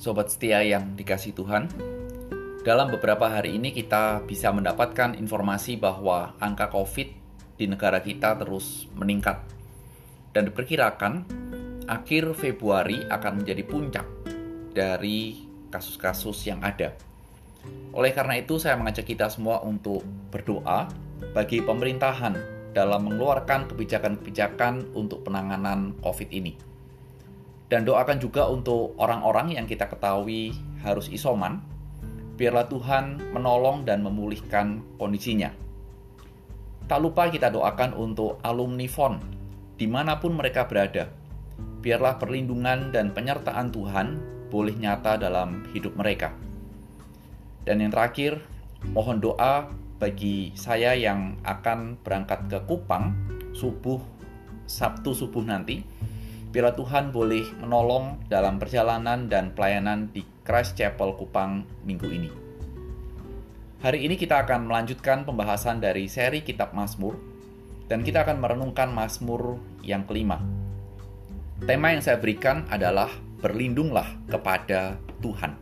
Sobat setia yang dikasihi Tuhan, dalam beberapa hari ini kita bisa mendapatkan informasi bahwa angka COVID di negara kita terus meningkat. Dan diperkirakan akhir Februari akan menjadi puncak dari kasus-kasus yang ada. Oleh karena itu saya mengajak kita semua untuk berdoa bagi pemerintahan dalam mengeluarkan kebijakan-kebijakan untuk penanganan COVID ini. Dan doakan juga untuk orang-orang yang kita ketahui harus isoman, biarlah Tuhan menolong dan memulihkan kondisinya. Tak lupa kita doakan untuk alumni FON, dimanapun mereka berada. Biarlah perlindungan dan penyertaan Tuhan boleh nyata dalam hidup mereka. Dan yang terakhir, mohon doa bagi saya yang akan berangkat ke Kupang Sabtu subuh nanti. Biarlah Tuhan boleh menolong dalam perjalanan dan pelayanan di Christ Chapel Kupang minggu ini. Hari ini kita akan melanjutkan pembahasan dari seri Kitab Mazmur, dan kita akan merenungkan Mazmur yang kelima. Tema yang saya berikan adalah berlindunglah kepada Tuhan.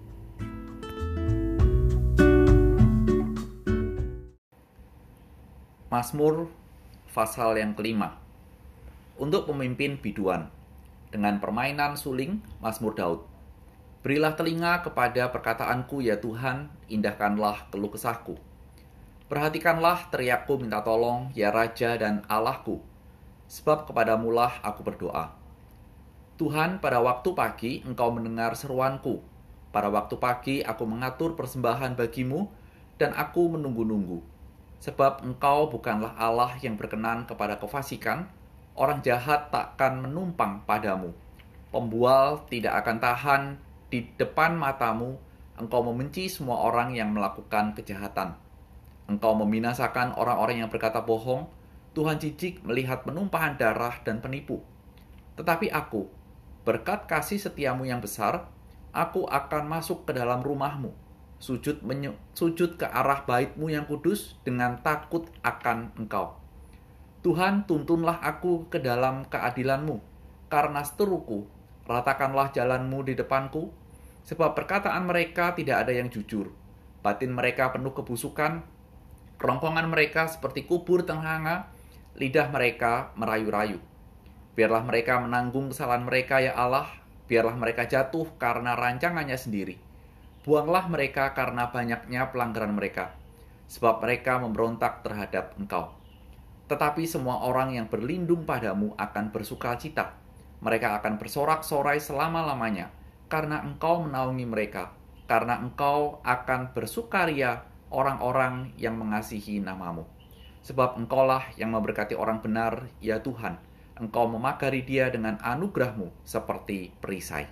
Mazmur pasal yang kelima. Untuk pemimpin biduan, dengan permainan suling, Mazmur Daud. Berilah telinga kepada perkataanku ya Tuhan, indahkanlah keluh kesahku. Perhatikanlah teriakku minta tolong, ya Raja dan Allahku, sebab kepadamulah aku berdoa. Tuhan, pada waktu pagi Engkau mendengar seruanku. Pada waktu pagi aku mengatur persembahan bagimu, dan aku menunggu-nunggu. Sebab Engkau bukanlah Allah yang berkenan kepada kefasikan, orang jahat takkan menumpang padamu. Pembual tidak akan tahan di depan matamu. Engkau membenci semua orang yang melakukan kejahatan. Engkau membinasakan orang-orang yang berkata bohong. Tuhan jijik melihat penumpahan darah dan penipu. Tetapi aku, berkat kasih setiamu yang besar, aku akan masuk ke dalam rumahmu, sujud ke arah baitmu yang kudus dengan takut akan Engkau. Tuhan, tuntunlah aku ke dalam keadilanmu, karena seteruku, ratakanlah jalanmu di depanku, sebab perkataan mereka tidak ada yang jujur, batin mereka penuh kebusukan, kerongkongan mereka seperti kubur ternganga, lidah mereka merayu-rayu. Biarlah mereka menanggung kesalahan mereka, ya Allah, biarlah mereka jatuh karena rancangannya sendiri. Buanglah mereka karena banyaknya pelanggaran mereka, sebab mereka memberontak terhadap Engkau. Tetapi semua orang yang berlindung padamu akan bersukacita. Mereka akan bersorak-sorai selama-lamanya, karena Engkau menaungi mereka, karena Engkau akan bersukaria orang-orang yang mengasihi namamu. Sebab Engkaulah yang memberkati orang benar, ya Tuhan. Engkau memagari dia dengan anugerah-Mu seperti perisai.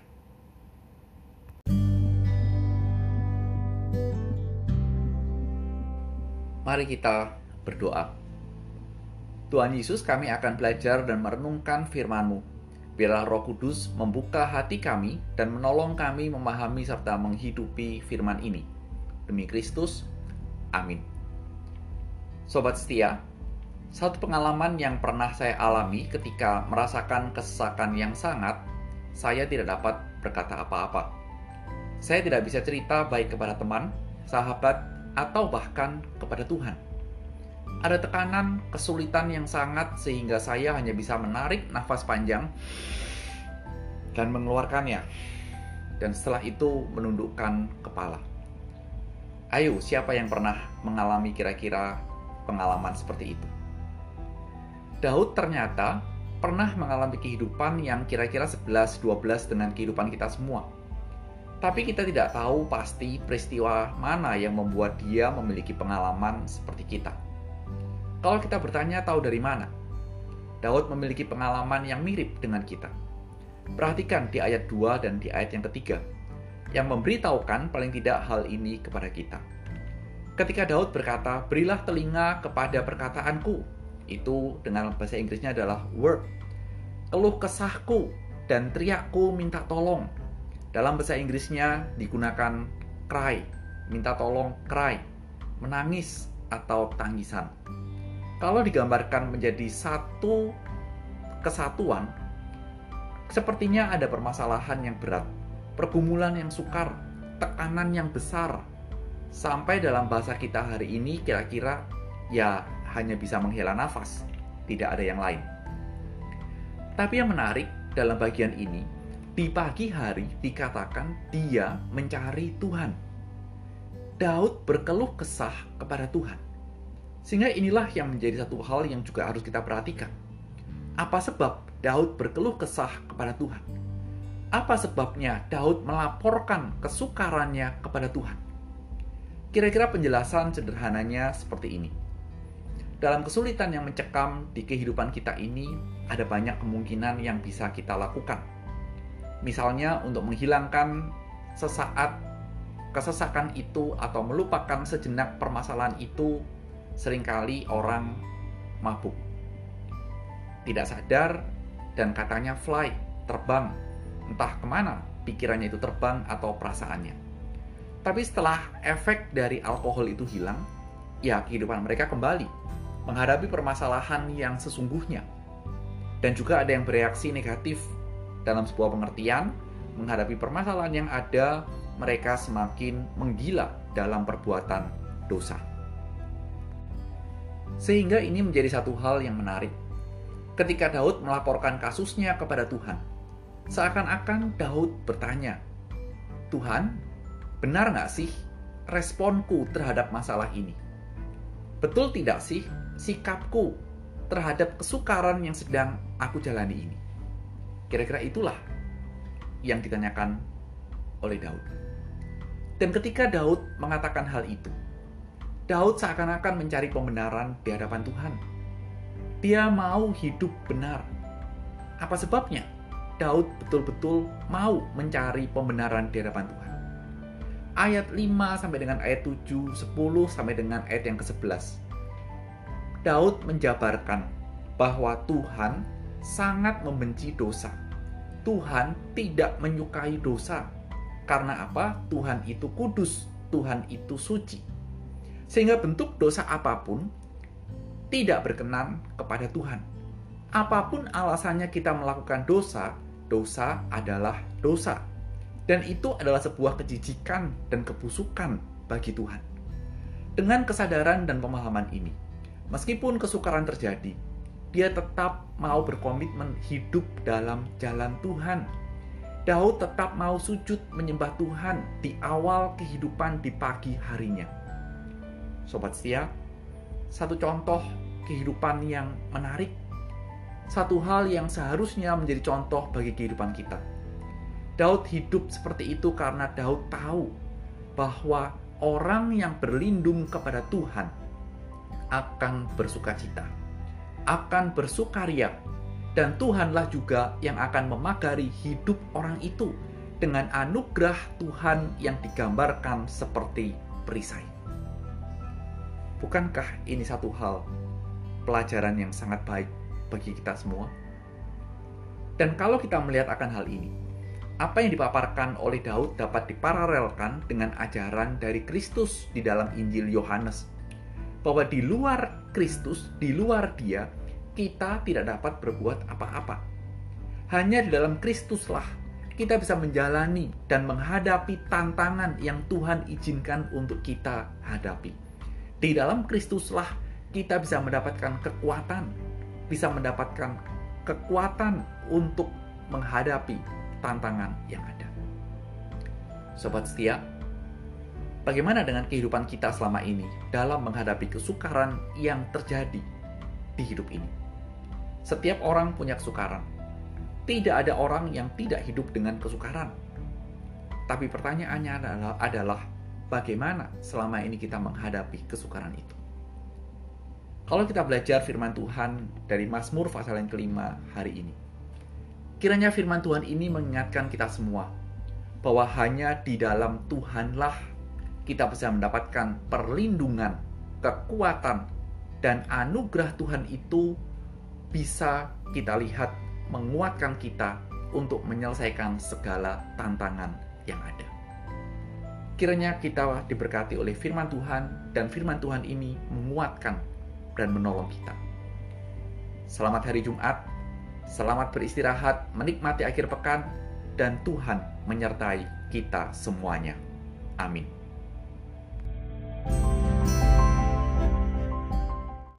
Mari kita berdoa. Tuhan Yesus, kami akan belajar dan merenungkan firman-Mu. Biarlah Roh Kudus membuka hati kami dan menolong kami memahami serta menghidupi firman ini. Demi Kristus, amin. Sobat setia, satu pengalaman yang pernah saya alami ketika merasakan kesesakan yang sangat, saya tidak dapat berkata apa-apa. Saya tidak bisa cerita baik kepada teman, sahabat, atau bahkan kepada Tuhan. Ada tekanan, kesulitan yang sangat sehingga saya hanya bisa menarik nafas panjang dan mengeluarkannya. Dan setelah itu menundukkan kepala. Ayo, siapa yang pernah mengalami kira-kira pengalaman seperti itu? Daud ternyata pernah mengalami kehidupan yang kira-kira 11-12 dengan kehidupan kita semua. Tapi kita tidak tahu pasti peristiwa mana yang membuat dia memiliki pengalaman seperti kita. Kalau kita bertanya tahu dari mana? Daud memiliki pengalaman yang mirip dengan kita. Perhatikan di ayat 2 dan di ayat yang ketiga, yang memberitahukan paling tidak hal ini kepada kita. Ketika Daud berkata, berilah telinga kepada perkataanku. Itu dengan bahasa Inggrisnya adalah word. Keluh kesahku dan teriakku minta tolong. Dalam bahasa Inggrisnya digunakan cry, minta tolong cry, menangis atau tangisan. Kalau digambarkan menjadi satu kesatuan, sepertinya ada permasalahan yang berat. pergumulan yang sukar, tekanan yang besar, sampai dalam bahasa kita hari ini kira-kira ya hanya bisa menghela nafas, tidak ada yang lain. Tapi yang menarik dalam bagian ini, di pagi hari dikatakan dia mencari Tuhan. Daud berkeluh kesah kepada Tuhan. Sehingga inilah yang menjadi satu hal yang juga harus kita perhatikan. Apa sebab Daud berkeluh kesah kepada Tuhan? Apa sebabnya Daud melaporkan kesukarannya kepada Tuhan? Kira-kira penjelasan sederhananya seperti ini. Dalam kesulitan yang mencekam di kehidupan kita ini, ada banyak kemungkinan yang bisa kita lakukan. Misalnya untuk menghilangkan sesaat kesesakan itu atau melupakan sejenak permasalahan itu, seringkali orang mabuk. Tidak sadar dan katanya fly, terbang. Entah kemana pikirannya itu terbang atau perasaannya. Tapi setelah efek dari alkohol itu hilang, ya kehidupan mereka kembali menghadapi permasalahan yang sesungguhnya. Dan juga ada yang bereaksi negatif dalam sebuah pengertian, menghadapi permasalahan yang ada, mereka semakin menggila dalam perbuatan dosa. Sehingga ini menjadi satu hal yang menarik. Ketika Daud melaporkan kasusnya kepada Tuhan, seakan-akan Daud bertanya, Tuhan, benar nggak sih responku terhadap masalah ini? Betul tidak sih sikapku terhadap kesukaran yang sedang aku jalani ini? Kira-kira itulah yang ditanyakan oleh Daud. Dan ketika Daud mengatakan hal itu, Daud seakan-akan mencari pembenaran di hadapan Tuhan. Dia mau hidup benar. Apa sebabnya? Daud betul-betul mau mencari pembenaran di hadapan Tuhan. Ayat 5 sampai dengan ayat 7, 10 sampai dengan ayat yang ke-11. Daud menjabarkan bahwa Tuhan sangat membenci dosa. Tuhan tidak menyukai dosa. Karena apa? Tuhan itu kudus, Tuhan itu suci. Sehingga bentuk dosa apapun tidak berkenan kepada Tuhan. Apapun alasannya kita melakukan dosa, dosa adalah dosa. Dan itu adalah sebuah kejijikan dan kebusukan bagi Tuhan. Dengan kesadaran dan pemahaman ini, meskipun kesukaran terjadi, dia tetap mau berkomitmen hidup dalam jalan Tuhan. Daud tetap mau sujud menyembah Tuhan di awal kehidupan di pagi harinya. Sobat setia, satu contoh kehidupan yang menarik, satu hal yang seharusnya menjadi contoh bagi kehidupan kita. Daud hidup seperti itu karena Daud tahu bahwa orang yang berlindung kepada Tuhan akan bersukacita, akan bersukaria, dan Tuhanlah juga yang akan memagari hidup orang itu dengan anugerah Tuhan yang digambarkan seperti perisai. Bukankah ini satu hal pelajaran yang sangat baik bagi kita semua? Dan kalau kita melihat akan hal ini, apa yang dipaparkan oleh Daud dapat diparalelkan dengan ajaran dari Kristus di dalam Injil Yohanes. Bahwa di luar Kristus, di luar Dia, kita tidak dapat berbuat apa-apa. Hanya di dalam Kristuslah kita bisa menjalani dan menghadapi tantangan yang Tuhan izinkan untuk kita hadapi. Di dalam Kristuslah kita bisa mendapatkan kekuatan, untuk menghadapi tantangan yang ada. Sobat setia, bagaimana dengan kehidupan kita selama ini dalam menghadapi kesukaran yang terjadi di hidup ini? Setiap orang punya kesukaran. Tidak ada orang yang tidak hidup dengan kesukaran. Tapi pertanyaannya adalah bagaimana selama ini kita menghadapi kesukaran itu? Kalau kita belajar firman Tuhan dari Mazmur pasal yang kelima hari ini, kiranya firman Tuhan ini mengingatkan kita semua bahwa hanya di dalam Tuhanlah kita bisa mendapatkan perlindungan, kekuatan, dan anugerah Tuhan itu bisa kita lihat menguatkan kita untuk menyelesaikan segala tantangan yang ada. Kiranya kita diberkati oleh firman Tuhan, dan firman Tuhan ini menguatkan dan menolong kita. Selamat hari Jumat, selamat beristirahat, menikmati akhir pekan, dan Tuhan menyertai kita semuanya. Amin.